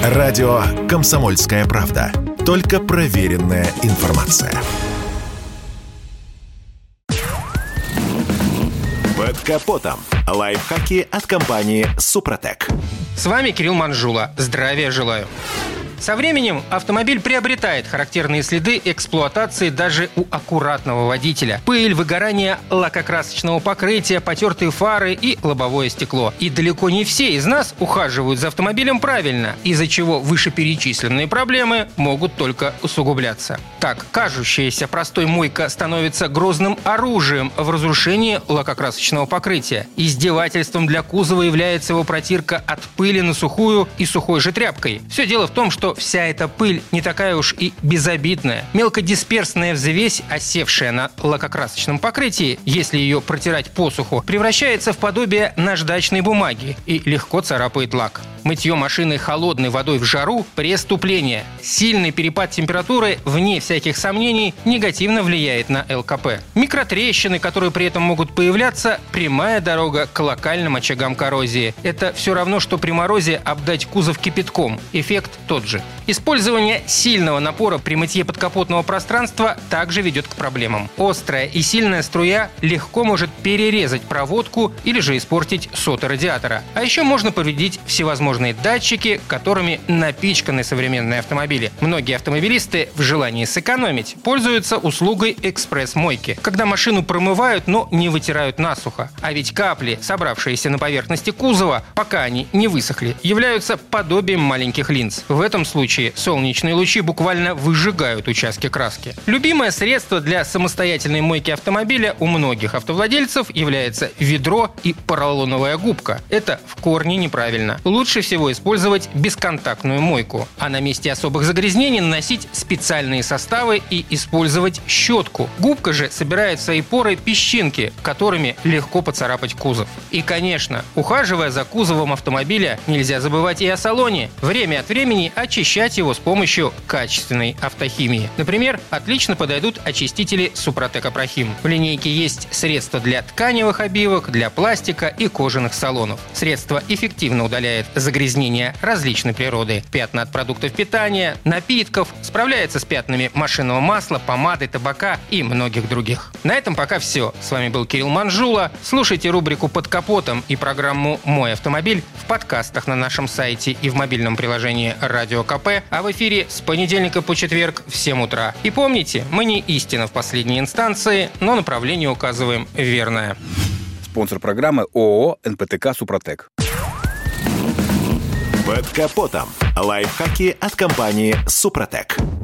Радио «Комсомольская правда». Только проверенная информация. Под капотом. Лайфхаки от компании «Супротек». С вами Кирилл Манжула. Здравия желаю. Со временем автомобиль приобретает характерные следы эксплуатации даже у аккуратного водителя. Пыль, выгорание лакокрасочного покрытия, потертые фары и лобовое стекло. И далеко не все из нас ухаживают за автомобилем правильно, из-за чего вышеперечисленные проблемы могут только усугубляться. Так, кажущаяся простой мойка становится грозным оружием в разрушении лакокрасочного покрытия. Издевательством для кузова является его протирка от пыли на сухую и сухой же тряпкой. Все дело в том, что вся эта пыль не такая уж и безобидная. Мелкодисперсная взвесь, осевшая на лакокрасочном покрытии, если ее протирать посуху, превращается в подобие наждачной бумаги и легко царапает лак. Мытье машины холодной водой в жару – преступление. Сильный перепад температуры, вне всяких сомнений, негативно влияет на ЛКП. Микротрещины, которые при этом могут появляться – прямая дорога к локальным очагам коррозии. Это все равно, что при морозе обдать кузов кипятком. Эффект тот же. Использование сильного напора при мытье подкапотного пространства также ведет к проблемам. Острая и сильная струя легко может перерезать проводку или же испортить соты радиатора. А еще можно повредить всевозможные датчики, которыми напичканы современные автомобили. Многие автомобилисты в желании сэкономить пользуются услугой экспресс-мойки, когда машину промывают, но не вытирают насухо. А ведь капли, собравшиеся на поверхности кузова, пока они не высохли, являются подобием маленьких линз. В этом случае солнечные лучи буквально выжигают участки краски. Любимое средство для самостоятельной мойки автомобиля у многих автовладельцев является ведро и поролоновая губка. Это в корне неправильно. Лучше всего использовать бесконтактную мойку, а на месте особых загрязнений наносить специальные составы и использовать щетку. Губка же собирает в свои поры песчинки, которыми легко поцарапать кузов. И, конечно, ухаживая за кузовом автомобиля, нельзя забывать и о салоне. Время от времени очищать его с помощью качественной автохимии. Например, отлично подойдут очистители Супротек Опрохим. В линейке есть средства для тканевых обивок, для пластика и кожаных салонов. Средство эффективно удаляет загрязнения различной природы, пятна от продуктов питания, напитков, справляется с пятнами машинного масла, помады, табака и многих других. На этом пока все. С вами был Кирилл Манжула. Слушайте рубрику «Под капотом» и программу «Мой автомобиль» в подкастах на нашем сайте и в мобильном приложении «Радио КП», а в эфире с понедельника по четверг в 7 утра. И помните, мы не истина в последней инстанции, но направление указываем верное. Спонсор программы ООО «НПТК Супротек». Под капотом. Лайфхаки от компании «Супротек».